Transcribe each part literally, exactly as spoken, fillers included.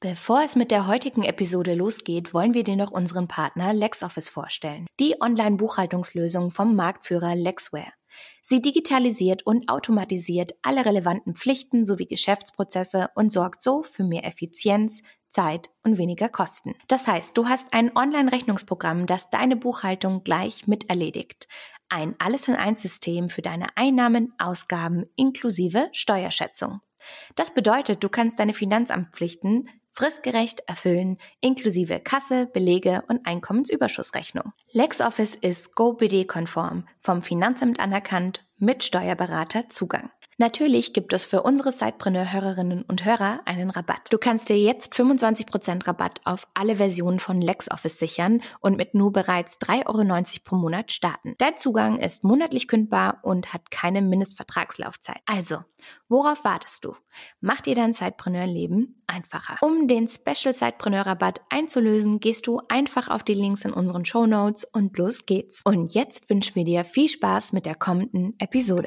Bevor es mit der heutigen Episode losgeht, wollen wir dir noch unseren Partner LexOffice vorstellen. Die Online-Buchhaltungslösung vom Marktführer Lexware. Sie digitalisiert und automatisiert alle relevanten Pflichten sowie Geschäftsprozesse und sorgt so für mehr Effizienz, Zeit und weniger Kosten. Das heißt, du hast ein Online-Rechnungsprogramm, das deine Buchhaltung gleich mit erledigt. Ein Alles-in-eins-System für deine Einnahmen, Ausgaben inklusive Steuerschätzung. Das bedeutet, du kannst deine Finanzamtpflichten fristgerecht erfüllen, inklusive Kasse, Belege und Einkommensüberschussrechnung. LexOffice ist Go B D-konform, vom Finanzamt anerkannt, mit Steuerberater Zugang. Natürlich gibt es für unsere Sidepreneur-Hörerinnen und Hörer einen Rabatt. Du kannst dir jetzt fünfundzwanzig Prozent Rabatt auf alle Versionen von LexOffice sichern und mit nur bereits drei Euro neunzig pro Monat starten. Der Zugang ist monatlich kündbar und hat keine Mindestvertragslaufzeit. Also, worauf wartest du? Mach dir dein Sidepreneur-Leben einfacher. Um den Special Sidepreneur-Rabatt einzulösen, gehst du einfach auf die Links in unseren Shownotes und los geht's. Und jetzt wünschen wir dir viel Spaß mit der kommenden Episode.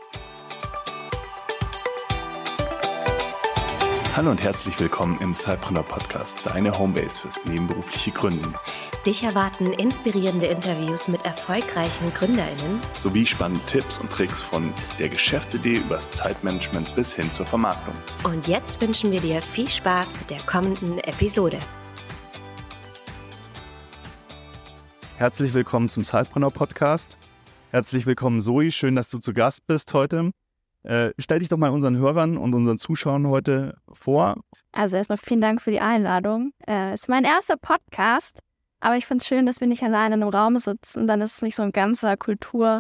Hallo und herzlich willkommen im Sidepreneur Podcast, deine Homebase fürs nebenberufliche Gründen. Dich erwarten inspirierende Interviews mit erfolgreichen GründerInnen sowie spannende Tipps und Tricks von der Geschäftsidee übers Zeitmanagement bis hin zur Vermarktung. Und jetzt wünschen wir dir viel Spaß mit der kommenden Episode. Herzlich willkommen zum Sidepreneur Podcast. Herzlich willkommen Zoe, schön, dass du zu Gast bist heute. Äh, stell dich doch mal unseren Hörern und unseren Zuschauern heute vor. Also erstmal vielen Dank für die Einladung. Äh, es ist mein erster Podcast, aber ich finde es schön, dass wir nicht alleine in einem Raum sitzen. Dann ist es nicht so ein ganzer Kulturbruch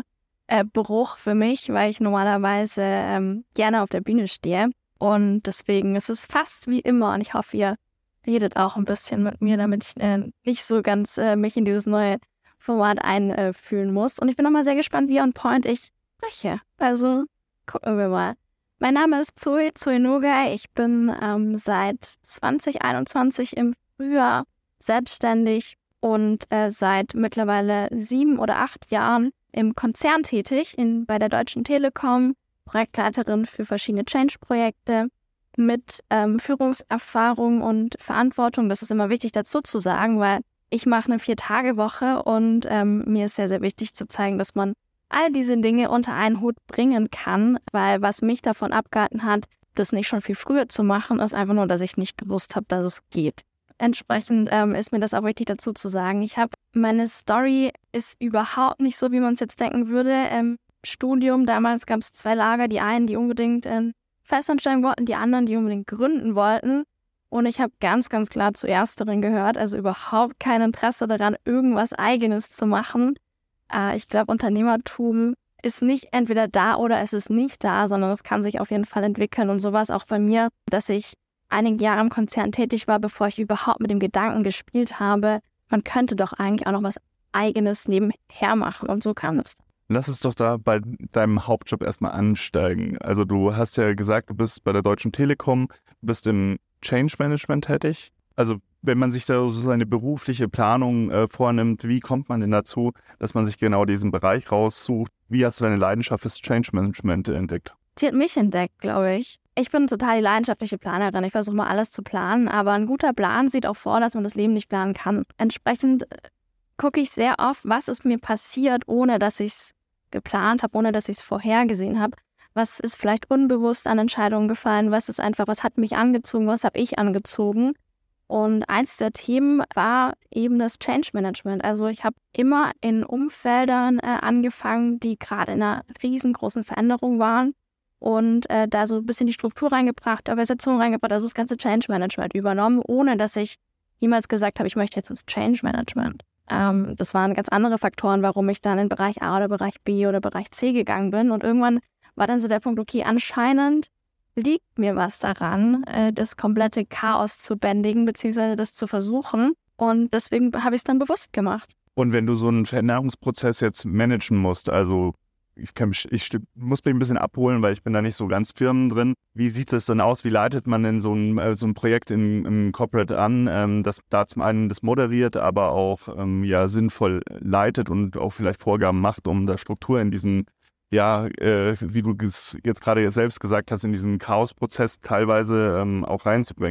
äh, für mich, weil ich normalerweise ähm, gerne auf der Bühne stehe. Und deswegen ist es fast wie immer und ich hoffe, ihr redet auch ein bisschen mit mir, damit ich äh, nicht so ganz äh, mich in dieses neue Format einfühlen muss. Und ich bin nochmal sehr gespannt, wie on point ich spreche. Also gucken wir mal. Mein Name ist Zoe, Zoe Nogai. Ich bin ähm, seit zwanzig einundzwanzig im Frühjahr selbstständig und äh, seit mittlerweile sieben oder acht Jahren im Konzern tätig, in, bei der Deutschen Telekom, Projektleiterin für verschiedene Change-Projekte mit ähm, Führungserfahrung und Verantwortung. Das ist immer wichtig dazu zu sagen, weil ich mache eine Vier-Tage-Woche und ähm, mir ist sehr, sehr wichtig zu zeigen, dass man all diese Dinge unter einen Hut bringen kann, weil was mich davon abgehalten hat, das nicht schon viel früher zu machen, ist einfach nur, dass ich nicht gewusst habe, dass es geht. Entsprechend ähm, ist mir das auch wichtig dazu zu sagen. Ich habe, meine Story ist überhaupt nicht so, wie man es jetzt denken würde. Im Studium, damals gab es zwei Lager, die einen, die unbedingt in Festanstellung wollten, die anderen, die unbedingt gründen wollten. Und ich habe ganz, ganz klar zu Ersteren gehört, also überhaupt kein Interesse daran, irgendwas Eigenes zu machen. Ich glaube, Unternehmertum ist nicht entweder da oder es ist nicht da, sondern es kann sich auf jeden Fall entwickeln. Und so war es auch bei mir, dass ich einige Jahre im Konzern tätig war, bevor ich überhaupt mit dem Gedanken gespielt habe, man könnte doch eigentlich auch noch was Eigenes nebenher machen. Und so kam es. Lass uns doch da bei deinem Hauptjob erstmal ansteigen. Also du hast ja gesagt, du bist bei der Deutschen Telekom, bist im Change Management tätig. Also wenn man sich da so seine berufliche Planung äh, vornimmt, wie kommt man denn dazu, dass man sich genau diesen Bereich raussucht? Wie hast du deine Leidenschaft fürs Change Management entdeckt? Sie hat mich entdeckt, glaube ich. Ich bin total die leidenschaftliche Planerin. Ich versuche mal alles zu planen, aber ein guter Plan sieht auch vor, dass man das Leben nicht planen kann. Entsprechend gucke ich sehr oft, was ist mir passiert, ohne dass ich es geplant habe, ohne dass ich es vorhergesehen habe. Was ist vielleicht unbewusst an Entscheidungen gefallen? Was ist einfach, was hat mich angezogen? Was habe ich angezogen? Und eins der Themen war eben das Change Management. Also ich habe immer in Umfeldern äh, angefangen, die gerade in einer riesengroßen Veränderung waren und äh, da so ein bisschen die Struktur reingebracht, die Organisation reingebracht, also das ganze Change Management übernommen, ohne dass ich jemals gesagt habe, ich möchte jetzt ins Change Management. Ähm, das waren ganz andere Faktoren, warum ich dann in Bereich A oder Bereich B oder Bereich C gegangen bin. Und irgendwann war dann so der Punkt, okay, anscheinend liegt mir was daran, das komplette Chaos zu bändigen, beziehungsweise das zu versuchen. Und deswegen habe ich es dann bewusst gemacht. Und wenn du so einen Veränderungsprozess jetzt managen musst, also ich, kann, ich muss mich ein bisschen abholen, weil ich bin da nicht so ganz firm drin. Wie sieht das dann aus? Wie leitet man denn so ein, so ein Projekt im, im Corporate an, ähm, das da zum einen das moderiert, aber auch ähm, ja, sinnvoll leitet und auch vielleicht Vorgaben macht, um da Struktur in diesen ja, äh, wie du es jetzt gerade selbst gesagt hast, in diesen Chaosprozess teilweise ähm, auch reinzubringen?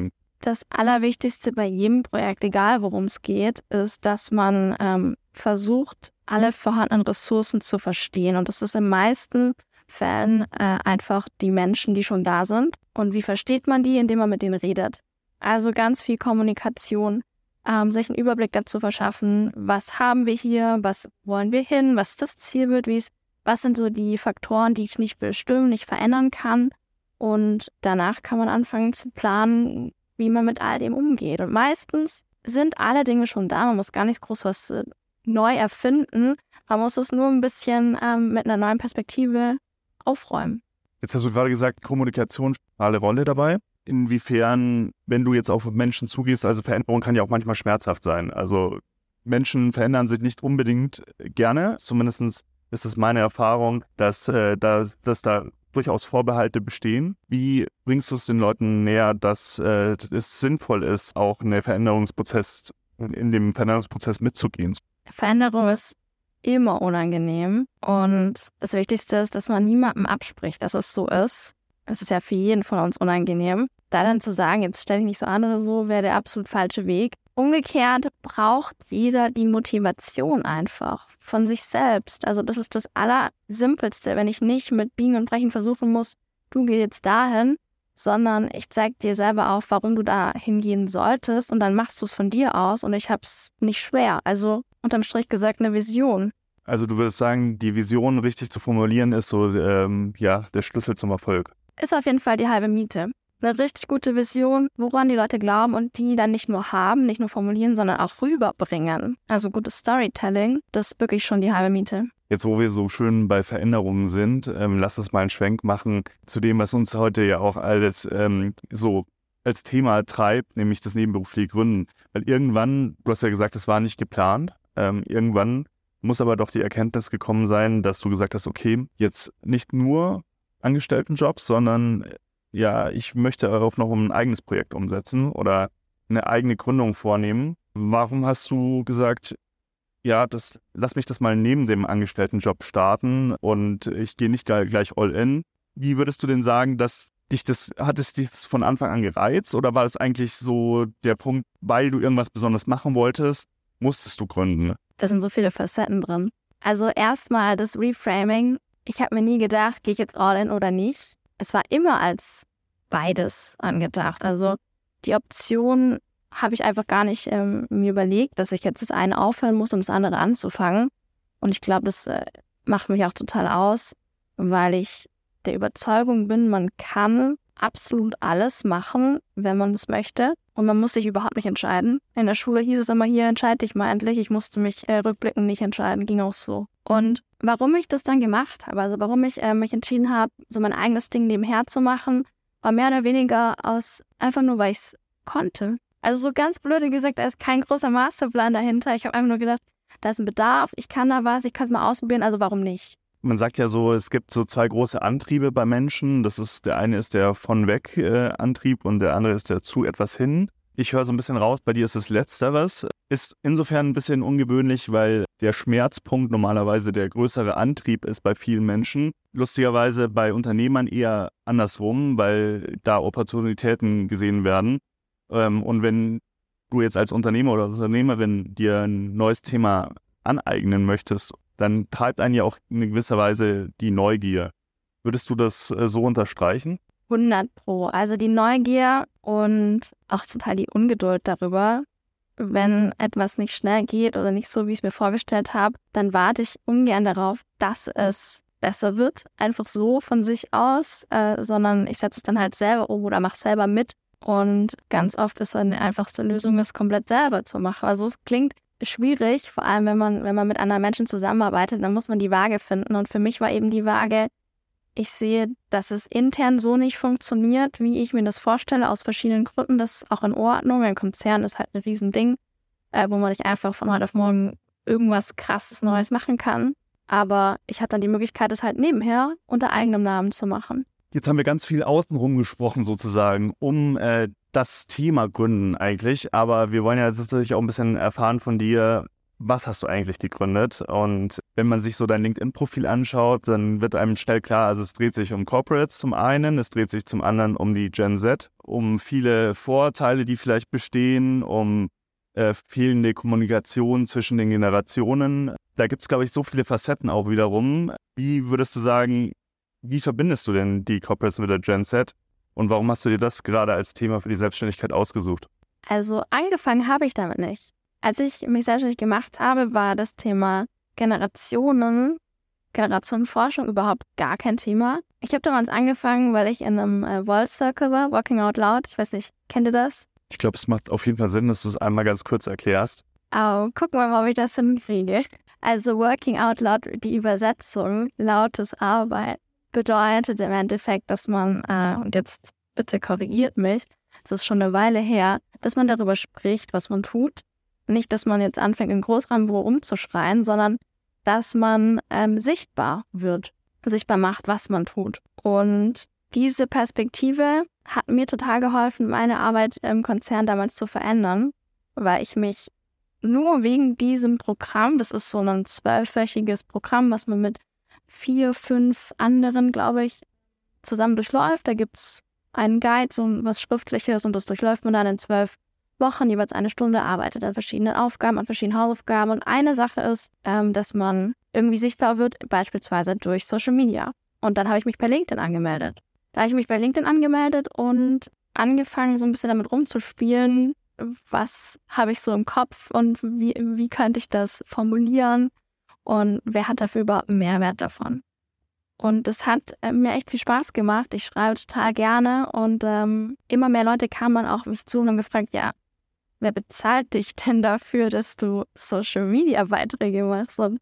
Das Allerwichtigste bei jedem Projekt, egal worum es geht, ist, dass man ähm, versucht, alle vorhandenen Ressourcen zu verstehen. Und das ist in meisten Fällen äh, einfach die Menschen, die schon da sind. Und wie versteht man die? Indem man mit denen redet. Also ganz viel Kommunikation, ähm, sich einen Überblick dazu verschaffen, was haben wir hier, was wollen wir hin, was das Ziel wird, wie es, was sind so die Faktoren, die ich nicht bestimmen, nicht verändern kann. Und danach kann man anfangen zu planen, wie man mit all dem umgeht. Und meistens sind alle Dinge schon da. Man muss gar nicht groß was äh, neu erfinden. Man muss es nur ein bisschen ähm, mit einer neuen Perspektive aufräumen. Jetzt hast du gerade gesagt, Kommunikation spielt eine Rolle dabei. Inwiefern, wenn du jetzt auf Menschen zugehst, also Veränderung kann ja auch manchmal schmerzhaft sein. Also Menschen verändern sich nicht unbedingt gerne. Zumindest ist es meine Erfahrung, dass, äh, dass, dass da durchaus Vorbehalte bestehen. Wie bringst du es den Leuten näher, dass äh, es sinnvoll ist, auch in, der Veränderungsprozess, in dem Veränderungsprozess mitzugehen? Veränderung ist immer unangenehm und das Wichtigste ist, dass man niemandem abspricht, dass es so ist. Es ist ja für jeden von uns unangenehm. Da dann zu sagen, jetzt stell dich nicht so an oder so, wäre der absolut falsche Weg. Umgekehrt braucht jeder die Motivation einfach von sich selbst. Also das ist das Allersimpelste, wenn ich nicht mit Biegen und Brechen versuchen muss, du geh jetzt dahin, sondern ich zeig dir selber auf, warum du da hingehen solltest und dann machst du es von dir aus und ich hab's nicht schwer. Also unterm Strich gesagt eine Vision. Also du würdest sagen, die Vision richtig zu formulieren ist so ähm, ja, der Schlüssel zum Erfolg. Ist auf jeden Fall die halbe Miete. Eine richtig gute Vision, woran die Leute glauben und die dann nicht nur haben, nicht nur formulieren, sondern auch rüberbringen. Also gutes Storytelling, das ist wirklich schon die halbe Miete. Jetzt, wo wir so schön bei Veränderungen sind, ähm, lass uns mal einen Schwenk machen zu dem, was uns heute ja auch alles ähm, so als Thema treibt, nämlich das nebenberufliche Gründen. Weil irgendwann, du hast ja gesagt, es war nicht geplant, ähm, irgendwann muss aber doch die Erkenntnis gekommen sein, dass du gesagt hast, okay, jetzt nicht nur Angestelltenjobs, sondern ja, ich möchte auch noch ein eigenes Projekt umsetzen oder eine eigene Gründung vornehmen. Warum hast du gesagt, ja, das, lass mich das mal neben dem Angestelltenjob starten und ich gehe nicht gleich all in? Wie würdest du denn sagen, dass dich das, hat es dich von Anfang an gereizt oder war das eigentlich so der Punkt, weil du irgendwas besonders machen wolltest, musstest du gründen? Da sind so viele Facetten drin. Also erstmal das Reframing. Ich habe mir nie gedacht, gehe ich jetzt all in oder nicht. Es war immer als beides angedacht. Also die Option habe ich einfach gar nicht ähm, mir überlegt, dass ich jetzt das eine aufhören muss, um das andere anzufangen. Und ich glaube, das äh, macht mich auch total aus, weil ich der Überzeugung bin, man kann absolut alles machen, wenn man es möchte. Und man muss sich überhaupt nicht entscheiden. In der Schule hieß es immer, hier entscheide dich mal endlich. Ich musste mich äh, rückblickend nicht entscheiden, ging auch so. Und warum ich das dann gemacht habe, also warum ich äh, mich entschieden habe, so mein eigenes Ding nebenher zu machen, war mehr oder weniger aus, einfach nur, weil ich es konnte. Also so ganz blöde gesagt, da ist kein großer Masterplan dahinter. Ich habe einfach nur gedacht, da ist ein Bedarf, ich kann da was, ich kann es mal ausprobieren, also warum nicht? Man sagt ja so, es gibt so zwei große Antriebe bei Menschen. Das ist, der eine ist der von weg äh, Antrieb und der andere ist der zu etwas hin. Ich höre so ein bisschen raus, bei dir ist es Letzteres. Ist insofern ein bisschen ungewöhnlich, weil der Schmerzpunkt normalerweise der größere Antrieb ist bei vielen Menschen. Lustigerweise bei Unternehmern eher andersrum, weil da Opportunitäten gesehen werden. Ähm, und wenn du jetzt als Unternehmer oder Unternehmerin dir ein neues Thema aneignen möchtest, dann treibt einen ja auch in gewisser Weise die Neugier. Würdest du das äh, so unterstreichen? hundert Pro. Also die Neugier und auch total die Ungeduld darüber. Wenn etwas nicht schnell geht oder nicht so, wie ich es mir vorgestellt habe, dann warte ich ungern darauf, dass es besser wird. Einfach so von sich aus, äh, sondern ich setze es dann halt selber um oder mache es selber mit. Und ganz oft ist dann die einfachste Lösung, es komplett selber zu machen. Also es klingt schwierig, vor allem wenn man, wenn man mit anderen Menschen zusammenarbeitet, dann muss man die Waage finden. Und für mich war eben die Waage, ich sehe, dass es intern so nicht funktioniert, wie ich mir das vorstelle, aus verschiedenen Gründen. Das ist auch in Ordnung. Ein Konzern ist halt ein Riesending, äh, wo man nicht einfach von heute auf morgen irgendwas Krasses Neues machen kann. Aber ich habe dann die Möglichkeit, es halt nebenher unter eigenem Namen zu machen. Jetzt haben wir ganz viel außenrum gesprochen sozusagen, um äh, das Thema Gründen eigentlich. Aber wir wollen ja jetzt natürlich auch ein bisschen erfahren von dir, was hast du eigentlich gegründet? Und wenn man sich so dein LinkedIn-Profil anschaut, dann wird einem schnell klar, also es dreht sich um Corporates zum einen, es dreht sich zum anderen um die Gen Z, um viele Vorurteile, die vielleicht bestehen, um äh, fehlende Kommunikation zwischen den Generationen. Da gibt es, glaube ich, so viele Facetten auch wiederum. Wie würdest du sagen, wie verbindest du denn die Corporates mit der Gen Z? Und warum hast du dir das gerade als Thema für die Selbstständigkeit ausgesucht? Also angefangen habe ich damit nicht. Als ich mich selbstständig gemacht habe, war das Thema Generationen, Generationenforschung überhaupt gar kein Thema. Ich habe damals angefangen, weil ich in einem äh, Volt Circle war, Working Out Loud. Ich weiß nicht, kennt ihr das? Ich glaube, es macht auf jeden Fall Sinn, dass du es einmal ganz kurz erklärst. Oh, gucken wir mal, ob ich das hinkriege. Also Working Out Loud, die Übersetzung, lautes Arbeit, bedeutet im Endeffekt, dass man, äh, und jetzt bitte korrigiert mich, es ist schon eine Weile her, dass man darüber spricht, was man tut. Nicht, dass man jetzt anfängt, im Großraumbüro rumzuschreien, sondern dass man ähm, sichtbar wird, sichtbar macht, was man tut. Und diese Perspektive hat mir total geholfen, meine Arbeit im Konzern damals zu verändern, weil ich mich nur wegen diesem Programm, das ist so ein zwölfwöchiges Programm, was man mit vier, fünf anderen, glaube ich, zusammen durchläuft. Da gibt es einen Guide, so was Schriftliches, und das durchläuft man dann in zwölf Wochen, jeweils eine Stunde, arbeitet an verschiedenen Aufgaben, an verschiedenen Hausaufgaben. Und eine Sache ist, ähm, dass man irgendwie sichtbar wird, beispielsweise durch Social Media. Und dann habe ich mich bei LinkedIn angemeldet. Da habe ich mich bei LinkedIn angemeldet und angefangen, so ein bisschen damit rumzuspielen, was habe ich so im Kopf und wie, wie könnte ich das formulieren und wer hat dafür überhaupt einen Mehrwert davon. Und das hat äh, mir echt viel Spaß gemacht. Ich schreibe total gerne und ähm, immer mehr Leute kamen dann auch auf mich zu und haben gefragt, ja, wer bezahlt dich denn dafür, dass du Social-Media-Beiträge machst? Und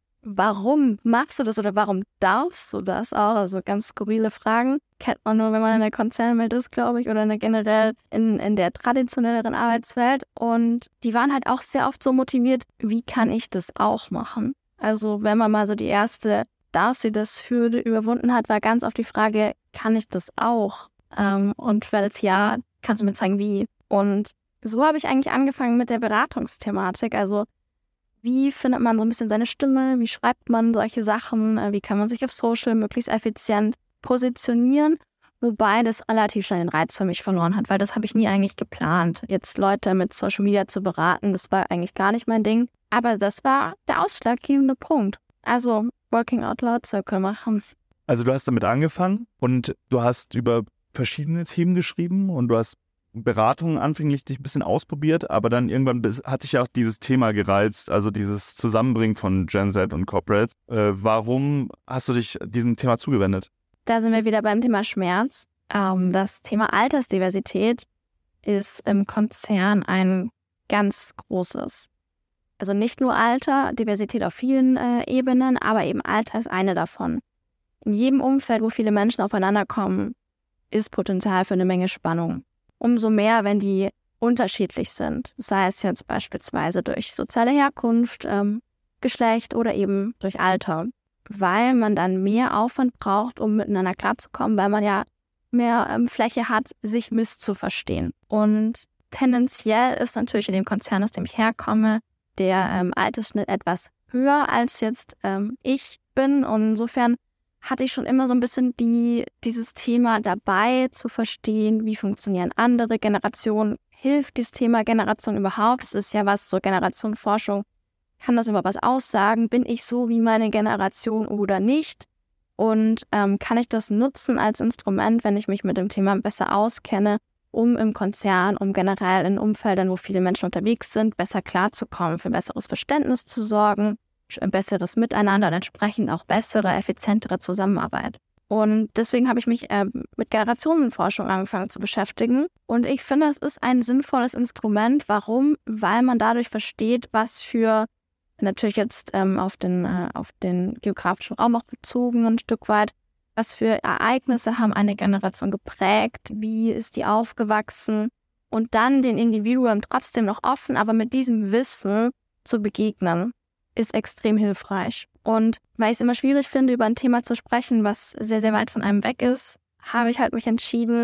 warum machst du das oder warum darfst du das auch? Also ganz skurrile Fragen. Kennt man nur, wenn man in der Konzernwelt ist, glaube ich, oder in der generell in, in der traditionelleren Arbeitswelt. Und die waren halt auch sehr oft so motiviert, wie kann ich das auch machen? Also wenn man mal so die erste darf sie das Hürde überwunden hat, war ganz oft die Frage, kann ich das auch? Ähm, und wenn es ja, kannst du mir zeigen, wie? Und so habe ich eigentlich angefangen mit der Beratungsthematik. Also wie findet man so ein bisschen seine Stimme? Wie schreibt man solche Sachen? Wie kann man sich auf Social möglichst effizient positionieren? Wobei das relativ schnell den Reiz für mich verloren hat, weil das habe ich nie eigentlich geplant. Jetzt Leute mit Social Media zu beraten, das war eigentlich gar nicht mein Ding. Aber das war der ausschlaggebende Punkt. Also Working Out Loud Circle machen. Also du hast damit angefangen und du hast über verschiedene Themen geschrieben und du hast Beratungen anfänglich dich ein bisschen ausprobiert, aber dann irgendwann hat sich ja auch dieses Thema gereizt, also dieses Zusammenbringen von Gen Z und Corporates. Äh, warum hast du dich diesem Thema zugewendet? Da sind wir wieder beim Thema Schmerz. Ähm, das Thema Altersdiversität ist im Konzern ein ganz großes. Also nicht nur Alter, Diversität auf vielen äh, Ebenen, aber eben Alter ist eine davon. In jedem Umfeld, wo viele Menschen aufeinander kommen, ist Potenzial für eine Menge Spannung. Umso mehr, wenn die unterschiedlich sind, sei es jetzt beispielsweise durch soziale Herkunft, ähm, Geschlecht oder eben durch Alter, weil man dann mehr Aufwand braucht, um miteinander klarzukommen, weil man ja mehr ähm, Fläche hat, sich misszuverstehen. Und tendenziell ist natürlich in dem Konzern, aus dem ich herkomme, der ähm, Altersschnitt etwas höher als jetzt ähm, ich bin. Und insofern hatte ich schon immer so ein bisschen die, dieses Thema dabei, zu verstehen, wie funktionieren andere Generationen. Hilft dieses Thema Generation überhaupt? Das ist ja was zur Generationenforschung. Kann das über was aussagen? Bin ich so wie meine Generation oder nicht? Und ähm, kann ich das nutzen als Instrument, wenn ich mich mit dem Thema besser auskenne, um im Konzern, um generell in Umfeldern, wo viele Menschen unterwegs sind, besser klarzukommen, für besseres Verständnis zu sorgen, ein besseres Miteinander und entsprechend auch bessere, effizientere Zusammenarbeit. Und deswegen habe ich mich äh, mit Generationenforschung angefangen zu beschäftigen. Und ich finde, es ist ein sinnvolles Instrument. Warum? Weil man dadurch versteht, was für, natürlich jetzt ähm, auf den, äh, auf den geografischen Raum auch bezogen ein Stück weit, was für Ereignisse haben eine Generation geprägt, wie ist die aufgewachsen und dann den Individuen trotzdem noch offen, aber mit diesem Wissen zu begegnen, ist extrem hilfreich. Und weil ich es immer schwierig finde, über ein Thema zu sprechen, was sehr, sehr weit von einem weg ist, habe ich halt mich entschieden,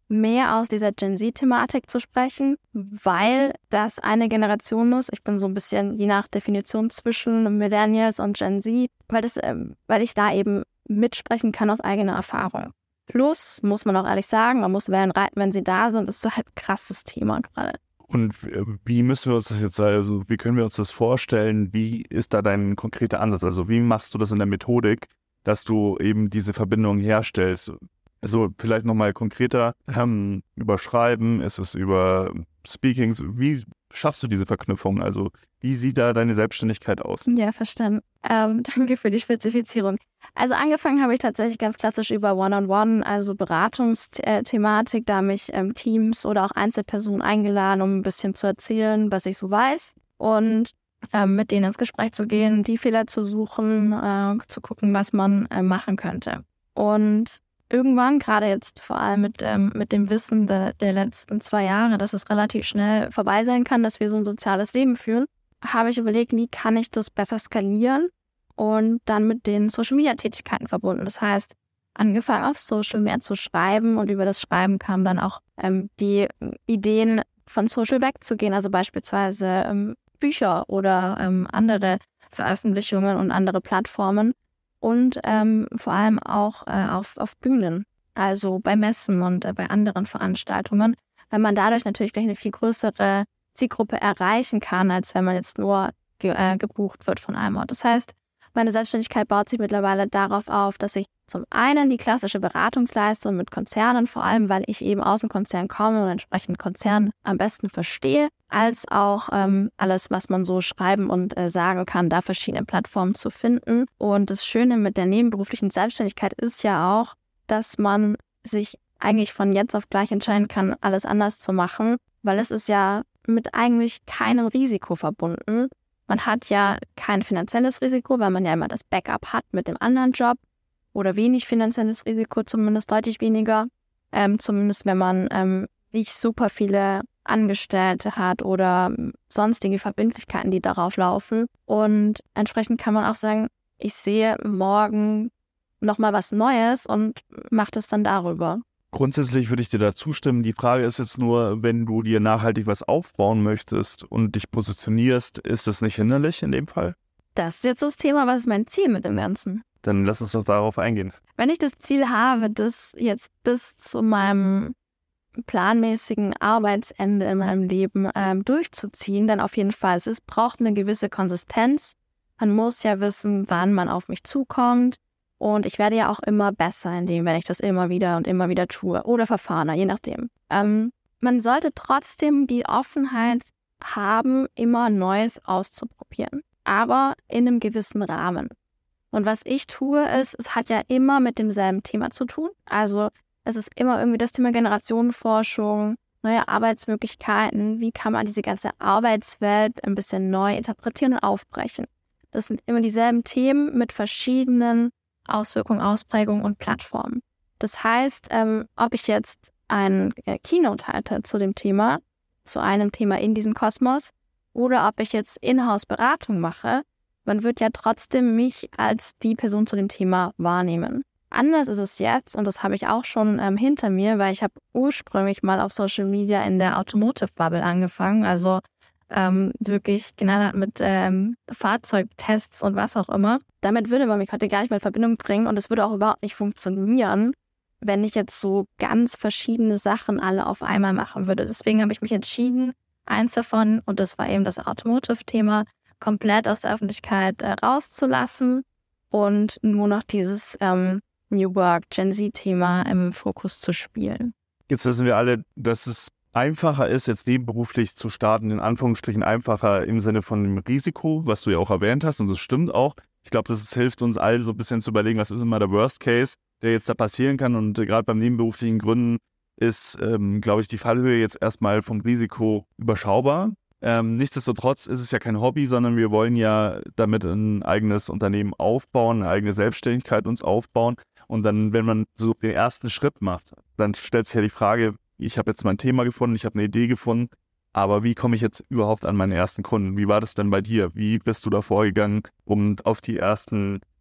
mehr aus dieser Gen Z-Thematik zu sprechen, weil das eine Generation ist. Ich bin so ein bisschen je nach Definition zwischen Millennials und Gen Z, weil, das, ähm, weil ich da eben mitsprechen kann aus eigener Erfahrung. Plus, muss man auch ehrlich sagen, man muss Wellen reiten, wenn sie da sind. Das ist halt ein krasses Thema gerade. Und wie müssen wir uns das jetzt, also wie können wir uns das vorstellen? Wie ist da dein konkreter Ansatz? Also wie machst du das in der Methodik, dass du eben diese Verbindung herstellst? Also vielleicht nochmal konkreter ähm, überschreiben, ist es über Speakings? Wie schaffst du diese Verknüpfung? Also wie sieht da deine Selbstständigkeit aus? Ja, verstanden. Ähm, danke für die Spezifizierung. Also angefangen habe ich tatsächlich ganz klassisch über One-on-One, also Beratungsthematik. Da habe ich ähm, Teams oder auch Einzelpersonen eingeladen, um ein bisschen zu erzählen, was ich so weiß. Und ähm, mit denen ins Gespräch zu gehen, die Fehler zu suchen, äh, zu gucken, was man äh, machen könnte. Und irgendwann, gerade jetzt vor allem mit, ähm, mit dem Wissen de, der letzten zwei Jahre, dass es relativ schnell vorbei sein kann, dass wir so ein soziales Leben führen, habe ich überlegt, wie kann ich das besser skalieren und dann mit den Social-Media-Tätigkeiten verbunden. Das heißt, angefangen auf Social mehr zu schreiben und über das Schreiben kamen dann auch ähm, die Ideen von Social wegzugehen, also beispielsweise ähm, Bücher oder ähm, andere Veröffentlichungen und andere Plattformen und ähm, vor allem auch äh, auf, auf Bühnen, also bei Messen und äh, bei anderen Veranstaltungen, weil man dadurch natürlich gleich eine viel größere Zielgruppe erreichen kann, als wenn man jetzt nur ge- äh, gebucht wird von einem Ort. Das heißt, meine Selbstständigkeit baut sich mittlerweile darauf auf, dass ich zum einen die klassische Beratungsleistung mit Konzernen, vor allem weil ich eben aus dem Konzern komme und entsprechend Konzern am besten verstehe, als auch ähm, alles, was man so schreiben und äh, sagen kann, da verschiedene Plattformen zu finden. Und das Schöne mit der nebenberuflichen Selbstständigkeit ist ja auch, dass man sich eigentlich von jetzt auf gleich entscheiden kann, alles anders zu machen, weil es ist ja mit eigentlich keinem Risiko verbunden. Man hat ja kein finanzielles Risiko, weil man ja immer das Backup hat mit dem anderen Job oder wenig finanzielles Risiko, zumindest deutlich weniger. Ähm, zumindest wenn man ähm, nicht super viele Angestellte hat oder sonstige Verbindlichkeiten, die darauf laufen. Und entsprechend kann man auch sagen, ich sehe morgen nochmal was Neues und mache das dann darüber. Grundsätzlich würde ich dir da zustimmen. Die Frage ist jetzt nur, wenn du dir nachhaltig was aufbauen möchtest und dich positionierst, ist das nicht hinderlich in dem Fall? Das ist jetzt das Thema, was ist mein Ziel mit dem Ganzen? Dann lass uns doch darauf eingehen. Wenn ich das Ziel habe, das jetzt bis zu meinem planmäßigen Arbeitsende in meinem Leben ähm, durchzuziehen, dann auf jeden Fall. Es ist, braucht eine gewisse Konsistenz. Man muss ja wissen, wann man auf mich zukommt. Und ich werde ja auch immer besser in dem, wenn ich das immer wieder und immer wieder tue. Oder verfahrener, je nachdem. Ähm, man sollte trotzdem die Offenheit haben, immer Neues auszuprobieren. Aber in einem gewissen Rahmen. Und was ich tue, ist, es hat ja immer mit demselben Thema zu tun. Also es ist immer irgendwie das Thema Generationenforschung, neue Arbeitsmöglichkeiten. Wie kann man diese ganze Arbeitswelt ein bisschen neu interpretieren und aufbrechen? Das sind immer dieselben Themen mit verschiedenen Auswirkungen, Ausprägungen und Plattformen. Das heißt, ähm, ob ich jetzt ein äh, Keynote halte zu dem Thema, zu einem Thema in diesem Kosmos, oder ob ich jetzt Inhouse-Beratung mache, man wird ja trotzdem mich als die Person zu dem Thema wahrnehmen. Anders ist es jetzt, und das habe ich auch schon ähm, hinter mir, weil ich habe ursprünglich mal auf Social Media in der Automotive-Bubble angefangen, also ähm, wirklich knallhart mit ähm, Fahrzeugtests und was auch immer. Damit würde man mich heute gar nicht mehr in Verbindung bringen und es würde auch überhaupt nicht funktionieren, wenn ich jetzt so ganz verschiedene Sachen alle auf einmal machen würde. Deswegen habe ich mich entschieden, eins davon, und das war eben das Automotive-Thema, komplett aus der Öffentlichkeit äh, rauszulassen und nur noch dieses ähm, New Work, Gen Z-Thema im Fokus zu spielen. Jetzt wissen wir alle, dass es einfacher ist, jetzt nebenberuflich zu starten, in Anführungsstrichen einfacher im Sinne von dem Risiko, was du ja auch erwähnt hast, und das stimmt auch. Ich glaube, das hilft uns allen so ein bisschen zu überlegen, was ist immer der Worst Case, der jetzt da passieren kann, und äh, gerade beim nebenberuflichen Gründen ist, ähm, glaube ich, die Fallhöhe jetzt erstmal vom Risiko überschaubar. Ähm, nichtsdestotrotz ist es ja kein Hobby, sondern wir wollen ja damit ein eigenes Unternehmen aufbauen, eine eigene Selbstständigkeit uns aufbauen. Und dann, wenn man so den ersten Schritt macht, dann stellt sich ja die Frage, ich habe jetzt mein Thema gefunden, ich habe eine Idee gefunden, aber wie komme ich jetzt überhaupt an meine ersten Kunden? Wie war das denn bei dir? Wie bist du da vorgegangen, um auf die ersten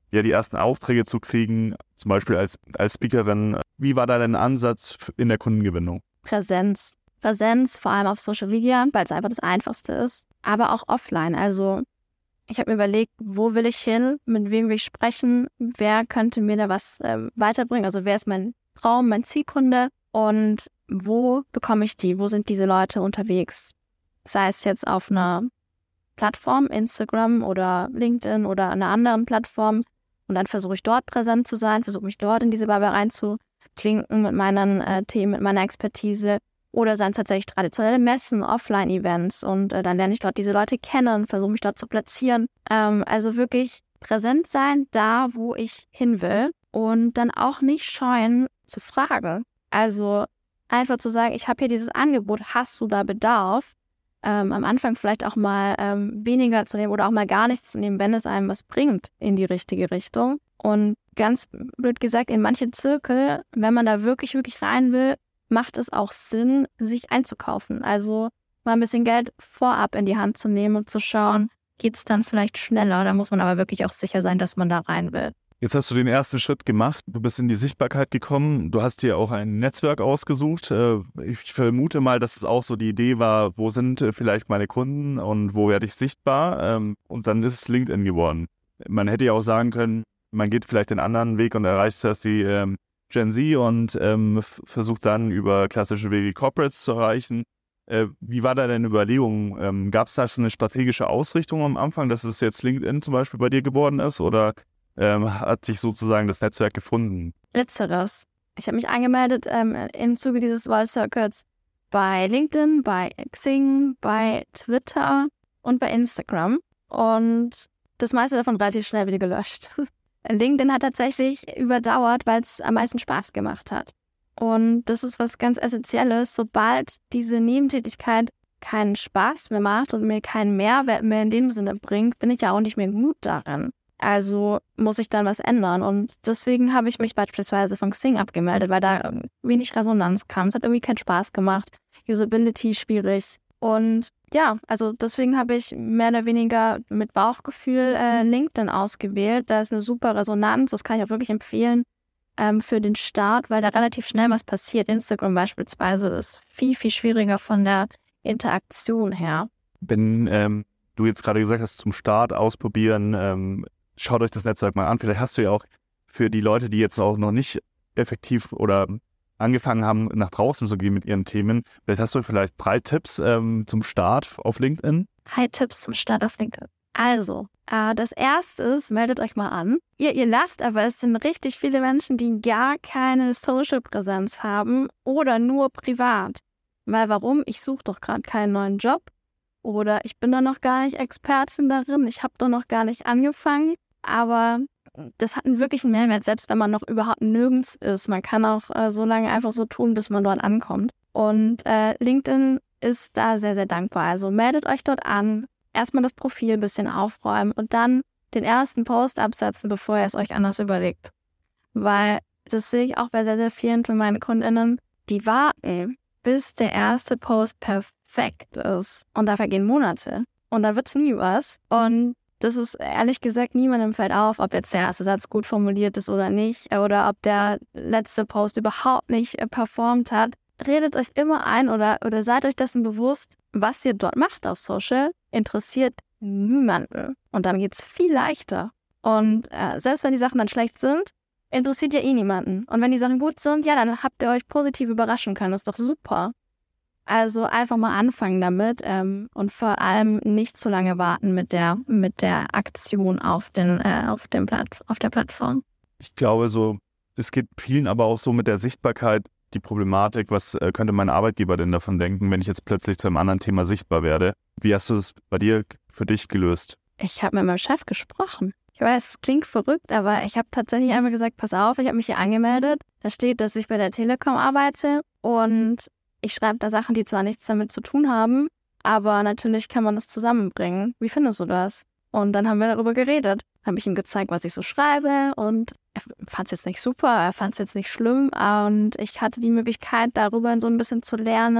ja, die ersten Aufträge zu kriegen, zum Beispiel als, als Speakerin. Wie war da dein Ansatz in der Kundengewinnung? Präsenz. Präsenz, vor allem auf Social Media, weil es einfach das Einfachste ist, aber auch offline. Also ich habe mir überlegt, wo will ich hin, mit wem will ich sprechen, wer könnte mir da was äh, weiterbringen, also wer ist mein Traum, mein Zielkunde und wo bekomme ich die, wo sind diese Leute unterwegs? Sei es jetzt auf einer Plattform, Instagram oder LinkedIn oder einer anderen Plattform und dann versuche ich dort präsent zu sein, versuche mich dort in diese Bubble reinzuklinken mit meinen äh, Themen, mit meiner Expertise. Oder seien es tatsächlich traditionelle Messen, Offline-Events und äh, dann lerne ich dort diese Leute kennen, versuche mich dort zu platzieren. Ähm, also wirklich präsent sein, da wo ich hin will und dann auch nicht scheuen zu fragen. Also einfach zu sagen, ich habe hier dieses Angebot, hast du da Bedarf? Ähm, am Anfang vielleicht auch mal ähm, weniger zu nehmen oder auch mal gar nichts zu nehmen, wenn es einem was bringt in die richtige Richtung. Und ganz blöd gesagt, in manche Zirkel, wenn man da wirklich, wirklich rein will, macht es auch Sinn, sich einzukaufen. Also mal ein bisschen Geld vorab in die Hand zu nehmen und zu schauen, geht es dann vielleicht schneller. Da muss man aber wirklich auch sicher sein, dass man da rein will. Jetzt hast du den ersten Schritt gemacht, du bist in die Sichtbarkeit gekommen, du hast dir auch ein Netzwerk ausgesucht. Ich vermute mal, dass es auch so die Idee war, wo sind vielleicht meine Kunden und wo werde ich sichtbar? Und dann ist es LinkedIn geworden. Man hätte ja auch sagen können, man geht vielleicht den anderen Weg und erreicht zuerst die Gen Z und ähm, versucht dann über klassische Wege Corporates zu erreichen. Äh, wie war da deine Überlegung? Ähm, Gab es da schon eine strategische Ausrichtung am Anfang, dass es jetzt LinkedIn zum Beispiel bei dir geworden ist oder ähm, hat sich sozusagen das Netzwerk gefunden? Letzteres. Ich habe mich angemeldet ähm, im Zuge dieses Wall Circuits bei LinkedIn, bei Xing, bei Twitter und bei Instagram und das meiste davon relativ schnell wieder gelöscht. LinkedIn hat tatsächlich überdauert, weil es am meisten Spaß gemacht hat. Und das ist was ganz Essentielles. Sobald diese Nebentätigkeit keinen Spaß mehr macht und mir keinen Mehrwert mehr in dem Sinne bringt, bin ich ja auch nicht mehr gut darin. Also muss ich dann was ändern. Und deswegen habe ich mich beispielsweise von Xing abgemeldet, weil da wenig Resonanz kam. Es hat irgendwie keinen Spaß gemacht. Usability schwierig. Und ja, also deswegen habe ich mehr oder weniger mit Bauchgefühl äh, LinkedIn ausgewählt. Da ist eine super Resonanz, das kann ich auch wirklich empfehlen ähm, für den Start, weil da relativ schnell was passiert. Instagram beispielsweise ist viel, viel schwieriger von der Interaktion her. Wenn ähm, du jetzt gerade gesagt hast, zum Start ausprobieren, ähm, schaut euch das Netzwerk mal an. Vielleicht hast du ja auch für die Leute, die jetzt auch noch nicht effektiv oder angefangen haben, nach draußen zu gehen mit ihren Themen. Vielleicht hast du vielleicht drei Tipps ähm, zum Start auf LinkedIn? Drei Tipps zum Start auf LinkedIn. Also, äh, das erste ist, meldet euch mal an. Ihr, ihr lacht, aber es sind richtig viele Menschen, die gar keine Social-Präsenz haben oder nur privat. Weil warum? Ich suche doch gerade keinen neuen Job oder ich bin doch noch gar nicht Expertin darin, ich habe doch noch gar nicht angefangen, aber das hat einen wirklichen Mehrwert, selbst wenn man noch überhaupt nirgends ist. Man kann auch äh, so lange einfach so tun, bis man dort ankommt. Und äh, LinkedIn ist da sehr, sehr dankbar. Also meldet euch dort an, erstmal das Profil ein bisschen aufräumen und dann den ersten Post absetzen, bevor ihr es euch anders überlegt. Weil das sehe ich auch bei sehr, sehr vielen von meinen KundInnen, die warten, bis der erste Post perfekt ist. Und da vergehen Monate. Und da wird es nie was. Und das ist ehrlich gesagt niemandem fällt auf, ob jetzt der erste Satz gut formuliert ist oder nicht oder ob der letzte Post überhaupt nicht äh, performt hat. Redet euch immer ein oder, oder seid euch dessen bewusst, was ihr dort macht auf Social, interessiert niemanden. Und dann geht's viel leichter. Und äh, selbst wenn die Sachen dann schlecht sind, interessiert ja eh niemanden. Und wenn die Sachen gut sind, ja, dann habt ihr euch positiv überraschen können. Das ist doch super. Also einfach mal anfangen damit ähm, und vor allem nicht zu lange warten mit der, mit der Aktion auf, den, äh, auf, dem Platt, auf der Plattform. Ich glaube so, es geht vielen aber auch so mit der Sichtbarkeit die Problematik, was äh, könnte mein Arbeitgeber denn davon denken, wenn ich jetzt plötzlich zu einem anderen Thema sichtbar werde? Wie hast du das bei dir für dich gelöst? Ich habe mit meinem Chef gesprochen. Ich weiß, es klingt verrückt, aber ich habe tatsächlich einmal gesagt, pass auf, ich habe mich hier angemeldet. Da steht, dass ich bei der Telekom arbeite und ich schreibe da Sachen, die zwar nichts damit zu tun haben, aber natürlich kann man das zusammenbringen. Wie findest du das? Und dann haben wir darüber geredet. Habe ich ihm gezeigt, was ich so schreibe und er fand es jetzt nicht super, er fand es jetzt nicht schlimm und ich hatte die Möglichkeit, darüber so ein bisschen zu lernen,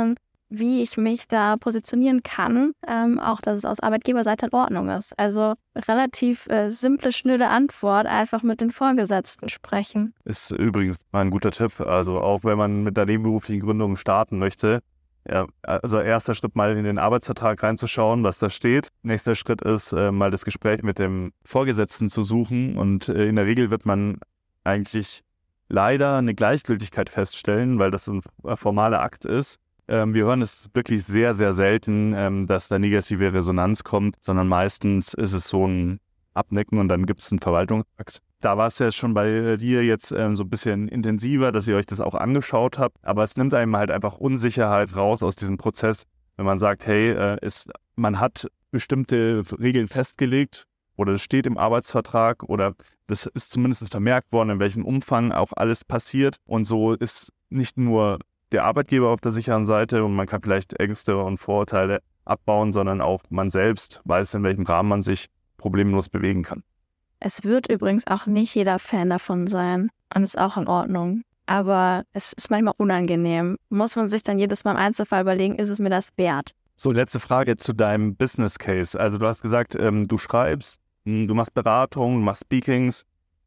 wie ich mich da positionieren kann, ähm, auch dass es aus Arbeitgeberseite in Ordnung ist. Also relativ äh, simple, schnöde Antwort, einfach mit den Vorgesetzten sprechen. Ist übrigens mal ein guter Tipp. Also auch wenn man mit der nebenberuflichen Gründung starten möchte, ja, also erster Schritt mal in den Arbeitsvertrag reinzuschauen, was da steht. Nächster Schritt ist, äh, mal das Gespräch mit dem Vorgesetzten zu suchen und äh, in der Regel wird man eigentlich leider eine Gleichgültigkeit feststellen, weil das ein formaler Akt ist. Ähm, wir hören es wirklich sehr, sehr selten, ähm, dass da negative Resonanz kommt, sondern meistens ist es so ein Abnicken und dann gibt es einen Verwaltungsakt. Da war es ja schon bei dir jetzt ähm, so ein bisschen intensiver, dass ihr euch das auch angeschaut habt, aber es nimmt einem halt einfach Unsicherheit raus aus diesem Prozess, wenn man sagt, hey, äh, ist, man hat bestimmte Regeln festgelegt oder es steht im Arbeitsvertrag oder das ist zumindest vermerkt worden, in welchem Umfang auch alles passiert und so ist nicht nur der Arbeitgeber auf der sicheren Seite und man kann vielleicht Ängste und Vorurteile abbauen, sondern auch man selbst weiß, in welchem Rahmen man sich problemlos bewegen kann. Es wird übrigens auch nicht jeder Fan davon sein und ist auch in Ordnung. Aber es ist manchmal unangenehm. Muss man sich dann jedes Mal im Einzelfall überlegen, ist es mir das wert? So, letzte Frage zu deinem Business Case. Also du hast gesagt, ähm, du schreibst, du machst Beratung, du machst Speakings.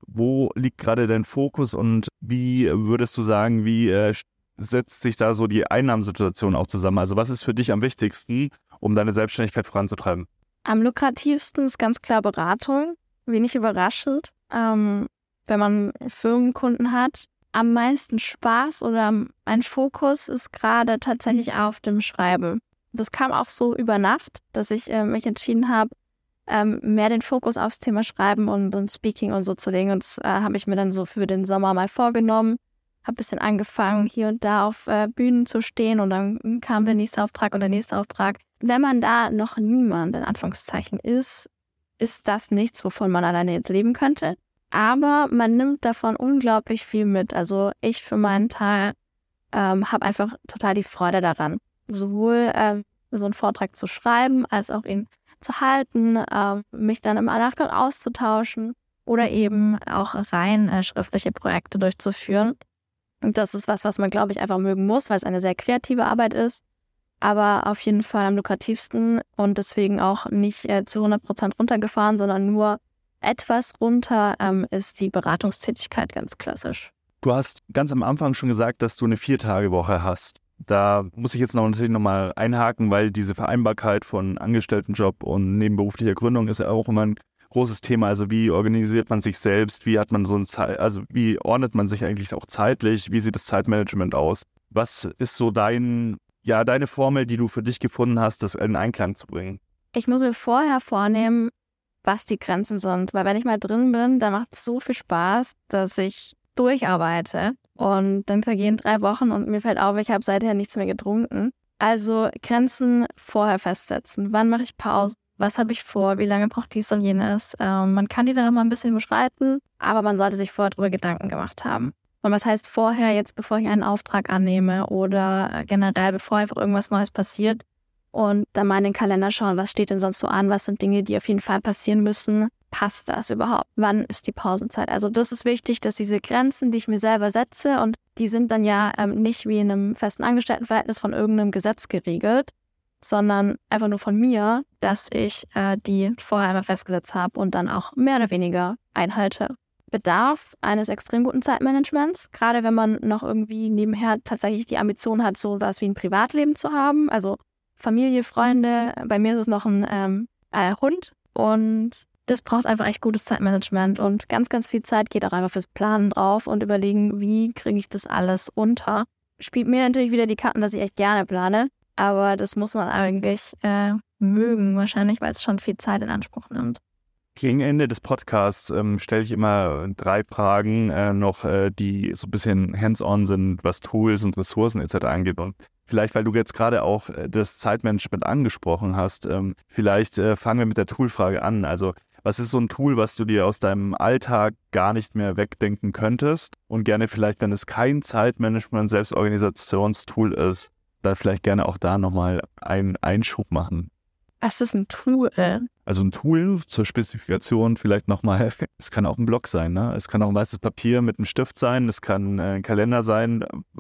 Wo liegt gerade dein Fokus und wie würdest du sagen, wie äh, setzt sich da so die Einnahmensituation auch zusammen? Also was ist für dich am wichtigsten, um deine Selbstständigkeit voranzutreiben? Am lukrativsten ist ganz klar Beratung. Wenig überraschend, ähm, wenn man Firmenkunden hat. Am meisten Spaß oder mein Fokus ist gerade tatsächlich auf dem Schreiben. Das kam auch so über Nacht, dass ich äh, mich entschieden habe, ähm, mehr den Fokus aufs Thema Schreiben und, und Speaking und so zu legen. Und das äh, habe ich mir dann so für den Sommer mal vorgenommen. Habe ein bisschen angefangen, hier und da auf äh, Bühnen zu stehen und dann kam der nächste Auftrag und der nächste Auftrag. Wenn man da noch niemand, in Anführungszeichen, ist, ist das nichts, wovon man alleine jetzt leben könnte. Aber man nimmt davon unglaublich viel mit. Also ich für meinen Teil ähm, habe einfach total die Freude daran, sowohl ähm, so einen Vortrag zu schreiben, als auch ihn zu halten, äh, mich dann im Nachgang auszutauschen oder eben auch rein äh, schriftliche Projekte durchzuführen. Und das ist was, was man, glaube ich, einfach mögen muss, weil es eine sehr kreative Arbeit ist. Aber auf jeden Fall am lukrativsten und deswegen auch nicht äh, zu hundert Prozent runtergefahren, sondern nur etwas runter ähm, ist die Beratungstätigkeit ganz klassisch. Du hast ganz am Anfang schon gesagt, dass du eine Vier-Tage-Woche hast. Da muss ich jetzt noch natürlich nochmal einhaken, weil diese Vereinbarkeit von Angestelltenjob und nebenberuflicher Gründung ist ja auch immer ein großes Thema. Also wie organisiert man sich selbst? Wie hat man so ein Zeit, also wie ordnet man sich eigentlich auch zeitlich? Wie sieht das Zeitmanagement aus? Was ist so dein Ja, deine Formel, die du für dich gefunden hast, das in Einklang zu bringen? Ich muss mir vorher vornehmen, was die Grenzen sind. Weil wenn ich mal drin bin, dann macht es so viel Spaß, dass ich durcharbeite. Und dann vergehen drei Wochen und mir fällt auf, ich habe seither nichts mehr getrunken. Also Grenzen vorher festsetzen. Wann mache ich Pause? Was habe ich vor? Wie lange braucht dies und jenes? Ähm, man kann die dann immer ein bisschen beschreiten, aber man sollte sich vorher darüber Gedanken gemacht haben. Und was heißt vorher, jetzt bevor ich einen Auftrag annehme oder generell, bevor einfach irgendwas Neues passiert und dann mal in den Kalender schauen, was steht denn sonst so an, was sind Dinge, die auf jeden Fall passieren müssen, passt das überhaupt? Wann ist die Pausenzeit? Also das ist wichtig, dass diese Grenzen, die ich mir selber setze und die sind dann ja ähm, nicht wie in einem festen Angestelltenverhältnis von irgendeinem Gesetz geregelt, sondern einfach nur von mir, dass ich äh, die vorher einmal festgesetzt habe und dann auch mehr oder weniger einhalte. Bedarf eines extrem guten Zeitmanagements, gerade wenn man noch irgendwie nebenher tatsächlich die Ambition hat, so was wie ein Privatleben zu haben, also Familie, Freunde, bei mir ist es noch ein ähm, äh, Hund und das braucht einfach echt gutes Zeitmanagement und ganz, ganz viel Zeit geht auch einfach fürs Planen drauf und überlegen, wie kriege ich das alles unter. Spielt mir natürlich wieder die Karten, dass ich echt gerne plane, aber das muss man eigentlich äh, mögen wahrscheinlich, weil es schon viel Zeit in Anspruch nimmt. Gegen Ende des Podcasts ähm, stelle ich immer drei Fragen äh, noch, äh, die so ein bisschen hands-on sind, was Tools und Ressourcen et cetera angeht. Und vielleicht, weil du jetzt gerade auch äh, das Zeitmanagement angesprochen hast, ähm, vielleicht äh, fangen wir mit der Toolfrage an. Also was ist so ein Tool, was du dir aus deinem Alltag gar nicht mehr wegdenken könntest und gerne vielleicht, wenn es kein Zeitmanagement, Selbstorganisationstool ist, dann vielleicht gerne auch da nochmal einen Einschub machen? Was ist ein Tool? Also ein Tool zur Spezifikation vielleicht nochmal, es kann auch ein Block sein, ne? Es kann auch ein weißes Papier mit einem Stift sein, es kann ein Kalender sein. Was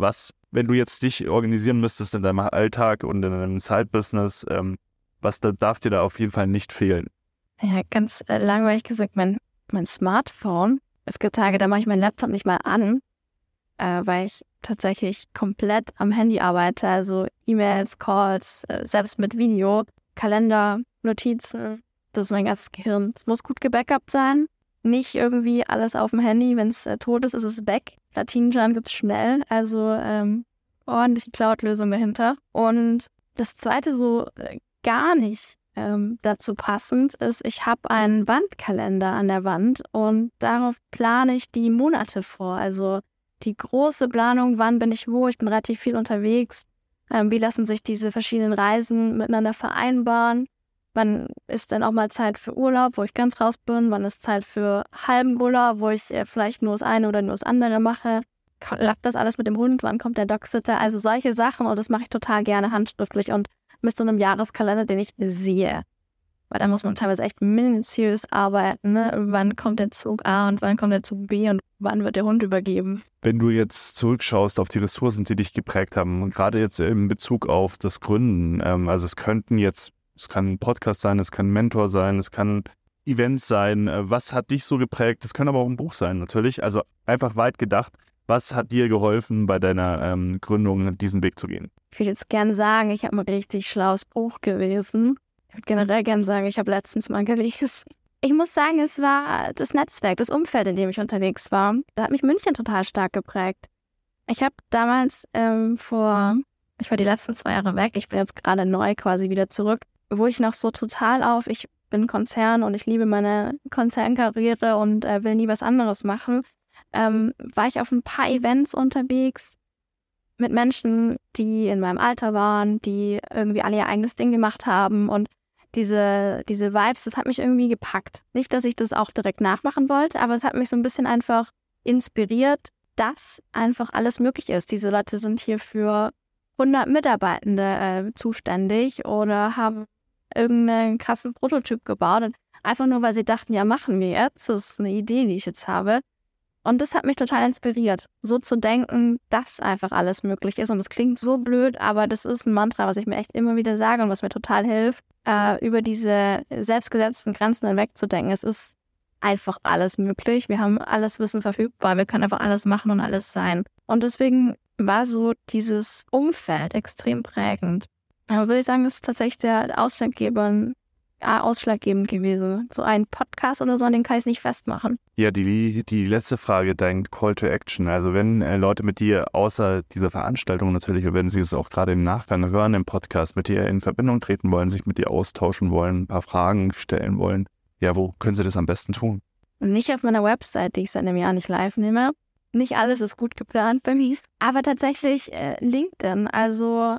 wenn du jetzt dich organisieren müsstest in deinem Alltag und in deinem Side-Business, ähm, was da, darf dir da auf jeden Fall nicht fehlen? Ja, ganz äh, langweilig gesagt, mein, mein Smartphone. Es gibt Tage, da mache ich meinen Laptop nicht mal an, äh, weil ich tatsächlich komplett am Handy arbeite. Also E-Mails, Calls, äh, selbst mit Video, Kalender, Notizen. Das ist mein ganzes Gehirn. Es muss gut gebackupt sein. Nicht irgendwie alles auf dem Handy. Wenn es äh, tot ist, ist es weg. Platinenjan gibt es schnell. Also ähm, ordentliche Cloud-Lösung dahinter. Und das Zweite, so äh, gar nicht ähm, dazu passend, ist, ich habe einen Wandkalender an der Wand und darauf plane ich die Monate vor. Also die große Planung, wann bin ich wo, ich bin relativ viel unterwegs. Ähm, wie lassen sich diese verschiedenen Reisen miteinander vereinbaren? Wann ist denn auch mal Zeit für Urlaub, wo ich ganz raus bin? Wann ist Zeit für halben Urlaub, wo ich äh, vielleicht nur das eine oder nur das andere mache? Klappt das alles mit dem Hund? Wann kommt der Dogsitter? Also solche Sachen, und das mache ich total gerne handschriftlich und mit so einem Jahreskalender, den ich sehe. Weil da muss man teilweise echt minutiös arbeiten. Ne? Wann kommt der Zug A und wann kommt der Zug B und wann wird der Hund übergeben? Wenn du jetzt zurückschaust auf die Ressourcen, die dich geprägt haben, gerade jetzt in Bezug auf das Gründen, ähm, also es könnten jetzt, es kann ein Podcast sein, es kann ein Mentor sein, es kann Events sein. Was hat dich so geprägt? Es kann aber auch ein Buch sein natürlich. Also einfach weit gedacht. Was hat dir geholfen, bei deiner ähm, Gründung diesen Weg zu gehen? Ich würde jetzt gerne sagen, ich habe ein richtig schlaues Buch gelesen. Ich würde generell gerne sagen, ich habe letztens mal gelesen. Ich muss sagen, es war das Netzwerk, das Umfeld, in dem ich unterwegs war. Da hat mich München total stark geprägt. Ich habe damals ähm, vor, ich war die letzten zwei Jahre weg, ich bin jetzt gerade neu quasi wieder zurück, wo ich noch so total auf, ich bin Konzern und ich liebe meine Konzernkarriere und äh, will nie was anderes machen. Ähm, war ich auf ein paar Events unterwegs mit Menschen, die in meinem Alter waren, die irgendwie alle ihr eigenes Ding gemacht haben, und diese, diese Vibes, das hat mich irgendwie gepackt. Nicht, dass ich das auch direkt nachmachen wollte, aber es hat mich so ein bisschen einfach inspiriert, dass einfach alles möglich ist. Diese Leute sind hier für hundert Mitarbeitende äh, zuständig oder haben irgendeinen krassen Prototyp gebaut, und einfach nur, weil sie dachten, ja, machen wir jetzt. Das ist eine Idee, die ich jetzt habe. Und das hat mich total inspiriert, so zu denken, dass einfach alles möglich ist. Und das klingt so blöd, aber das ist ein Mantra, was ich mir echt immer wieder sage und was mir total hilft, äh, über diese selbstgesetzten Grenzen hinwegzudenken. Es ist einfach alles möglich. Wir haben alles Wissen verfügbar. Wir können einfach alles machen und alles sein. Und deswegen war so dieses Umfeld extrem prägend. Aber würde ich sagen, das ist tatsächlich der Ausschlaggeber, ja, ausschlaggebend gewesen. So ein Podcast oder so, an den kann ich es nicht festmachen. Ja, die, die letzte Frage, dein Call to Action. Also wenn äh, Leute mit dir außer dieser Veranstaltung natürlich, wenn sie es auch gerade im Nachgang hören im Podcast, mit dir in Verbindung treten wollen, sich mit dir austauschen wollen, ein paar Fragen stellen wollen, ja, wo können sie das am besten tun? Nicht auf meiner Website, die ich seit einem Jahr nicht live nehme. Nicht alles ist gut geplant bei mir. Aber tatsächlich äh, LinkedIn, also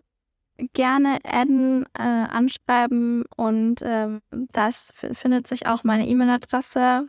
gerne adden, äh, anschreiben, und ähm, da f- findet sich auch meine E-Mail-Adresse,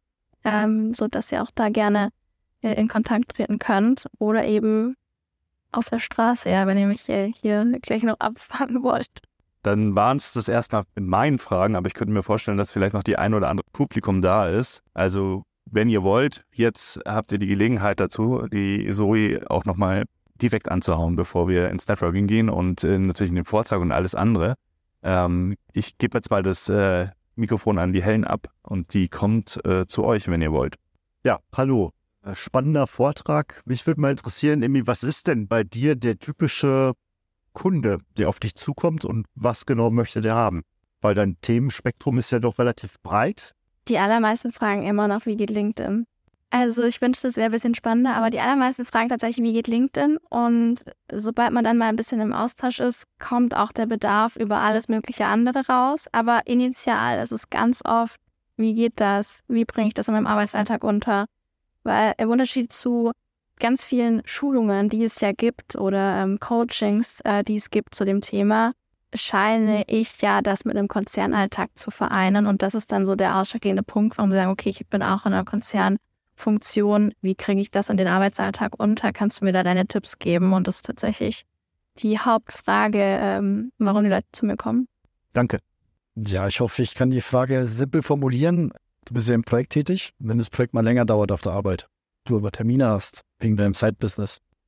ähm, sodass ihr auch da gerne äh, in Kontakt treten könnt, oder eben auf der Straße, ja, wenn ihr mich äh, hier gleich noch abfangen wollt. Dann waren es das erstmal mit meinen Fragen, aber ich könnte mir vorstellen, dass vielleicht noch die ein oder andere Publikum da ist. Also wenn ihr wollt, jetzt habt ihr die Gelegenheit dazu, die Zoe auch nochmal direkt anzuhauen, bevor wir ins Networking gehen und äh, natürlich in den Vortrag und alles andere. Ähm, ich gebe jetzt mal das äh, Mikrofon an die Helen ab und die kommt äh, zu euch, wenn ihr wollt. Ja, hallo. Äh, Spannender Vortrag. Mich würde mal interessieren, Emmy, was ist denn bei dir der typische Kunde, der auf dich zukommt, und was genau möchte der haben? Weil dein Themenspektrum ist ja doch relativ breit. Die allermeisten fragen immer noch, wie geht LinkedIn? Also ich wünschte, es wäre ein bisschen spannender, aber die allermeisten fragen tatsächlich, wie geht LinkedIn? Und sobald man dann mal ein bisschen im Austausch ist, kommt auch der Bedarf über alles mögliche andere raus. Aber initial ist es ganz oft, wie geht das? Wie bringe ich das in meinem Arbeitsalltag unter? Weil im Unterschied zu ganz vielen Schulungen, die es ja gibt, oder ähm, Coachings, äh, die es gibt zu dem Thema, scheine ich ja das mit einem Konzernalltag zu vereinen. Und das ist dann so der ausschlaggebende Punkt, warum sie sagen, okay, ich bin auch in einer Konzernfunktion, wie kriege ich das in den Arbeitsalltag unter? Kannst du mir da deine Tipps geben? Und das ist tatsächlich die Hauptfrage, ähm, warum die Leute zu mir kommen. Danke. Ja, ich hoffe, ich kann die Frage simpel formulieren. Du bist ja im Projekt tätig. Wenn das Projekt mal länger dauert auf der Arbeit, du aber Termine hast wegen deinem Side-Business,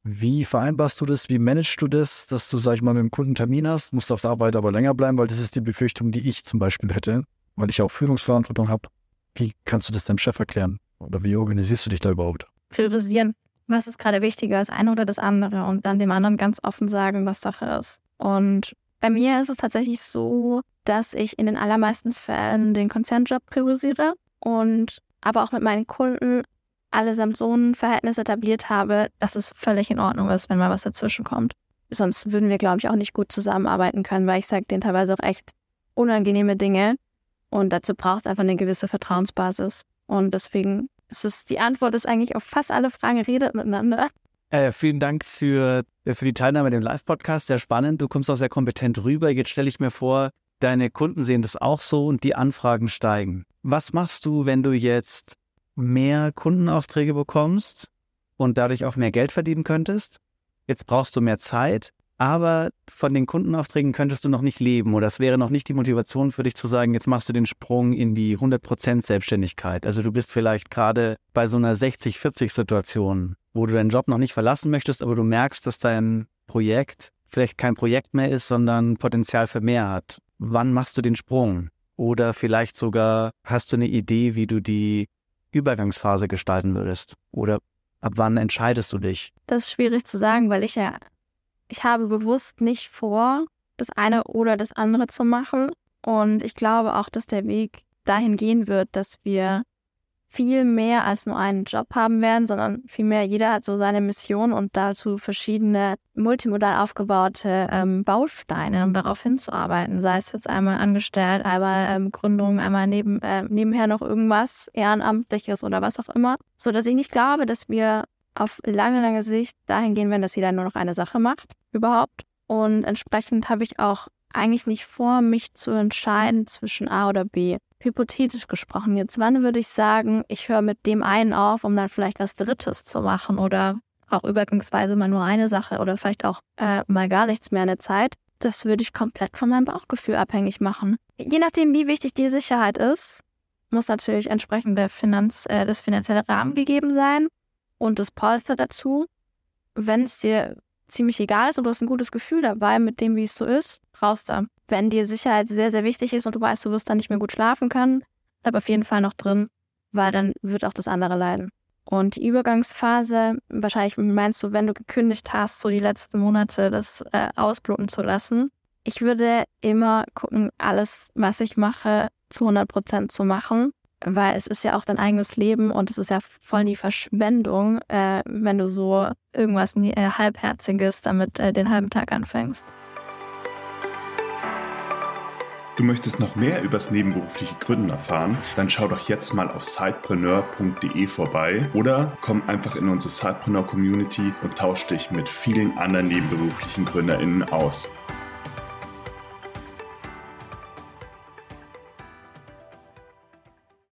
Wie vereinbarst du das? Wie managst du das, dass du, sag ich mal, mit dem Kunden einen Termin hast, musst auf der Arbeit aber länger bleiben, weil das ist die Befürchtung, die ich zum Beispiel hätte, weil ich auch Führungsverantwortung habe. Wie kannst du das deinem Chef erklären? Oder wie organisierst du dich da überhaupt? Priorisieren. Was ist gerade wichtiger, das eine oder das andere? Und dann dem anderen ganz offen sagen, was Sache ist. Und bei mir ist es tatsächlich so, dass ich in den allermeisten Fällen den Konzernjob priorisiere und aber auch mit meinen Kunden allesamt so ein Verhältnis etabliert habe, dass es völlig in Ordnung ist, wenn mal was dazwischen kommt. Sonst würden wir, glaube ich, auch nicht gut zusammenarbeiten können, weil ich sage denen teilweise auch echt unangenehme Dinge und dazu braucht es einfach eine gewisse Vertrauensbasis. Und deswegen ist es, die Antwort ist eigentlich auf fast alle Fragen, redet miteinander. Äh, vielen Dank für, für die Teilnahme an dem Live-Podcast, sehr spannend. Du kommst auch sehr kompetent rüber. Jetzt stelle ich mir vor, deine Kunden sehen das auch so und die Anfragen steigen. Was machst du, wenn du jetzt mehr Kundenaufträge bekommst und dadurch auch mehr Geld verdienen könntest? Jetzt brauchst du mehr Zeit, aber von den Kundenaufträgen könntest du noch nicht leben oder es wäre noch nicht die Motivation für dich zu sagen, jetzt machst du den Sprung in die hundert Prozent Selbstständigkeit. Also du bist vielleicht gerade bei so einer sechzig vierzig Situation, wo du deinen Job noch nicht verlassen möchtest, aber du merkst, dass dein Projekt vielleicht kein Projekt mehr ist, sondern Potenzial für mehr hat. Wann machst du den Sprung? Oder vielleicht sogar hast du eine Idee, wie du die Übergangsphase gestalten würdest? Oder ab wann entscheidest du dich? Das ist schwierig zu sagen, weil ich ja, ich habe bewusst nicht vor, das eine oder das andere zu machen. Und ich glaube auch, dass der Weg dahin gehen wird, dass wir viel mehr als nur einen Job haben werden, sondern vielmehr jeder hat so seine Mission und dazu verschiedene multimodal aufgebaute ähm, Bausteine, um darauf hinzuarbeiten. Sei es jetzt einmal angestellt, einmal ähm, Gründung, einmal neben, äh, nebenher noch irgendwas Ehrenamtliches oder was auch immer. So dass ich nicht glaube, dass wir auf lange, lange Sicht dahin gehen werden, dass jeder nur noch eine Sache macht, überhaupt. Und entsprechend habe ich auch eigentlich nicht vor, mich zu entscheiden zwischen A oder B. Hypothetisch gesprochen jetzt, wann würde ich sagen, ich höre mit dem einen auf, um dann vielleicht was Drittes zu machen oder auch übergangsweise mal nur eine Sache oder vielleicht auch äh, mal gar nichts mehr eine Zeit. Das würde ich komplett von meinem Bauchgefühl abhängig machen. Je nachdem, wie wichtig die Sicherheit ist, muss natürlich entsprechend der Finanz, äh, das finanzielle Rahmen gegeben sein und das Polster dazu. Wenn es dir ziemlich egal ist und du hast ein gutes Gefühl dabei mit dem, wie es so ist, raus da. Wenn dir Sicherheit sehr, sehr wichtig ist und du weißt, du wirst dann nicht mehr gut schlafen können, bleib auf jeden Fall noch drin, weil dann wird auch das andere leiden. Und die Übergangsphase, wahrscheinlich meinst du, wenn du gekündigt hast, so die letzten Monate das äh, ausbluten zu lassen. Ich würde immer gucken, alles, was ich mache, zu hundert Prozent zu machen, weil es ist ja auch dein eigenes Leben und es ist ja voll die Verschwendung, äh, wenn du so irgendwas äh, Halbherziges damit äh, den halben Tag anfängst. Du möchtest noch mehr übers nebenberufliche Gründen erfahren? Dann schau doch jetzt mal auf sidepreneur punkt de vorbei oder komm einfach in unsere Sidepreneur Community und tausch dich mit vielen anderen nebenberuflichen GründerInnen aus.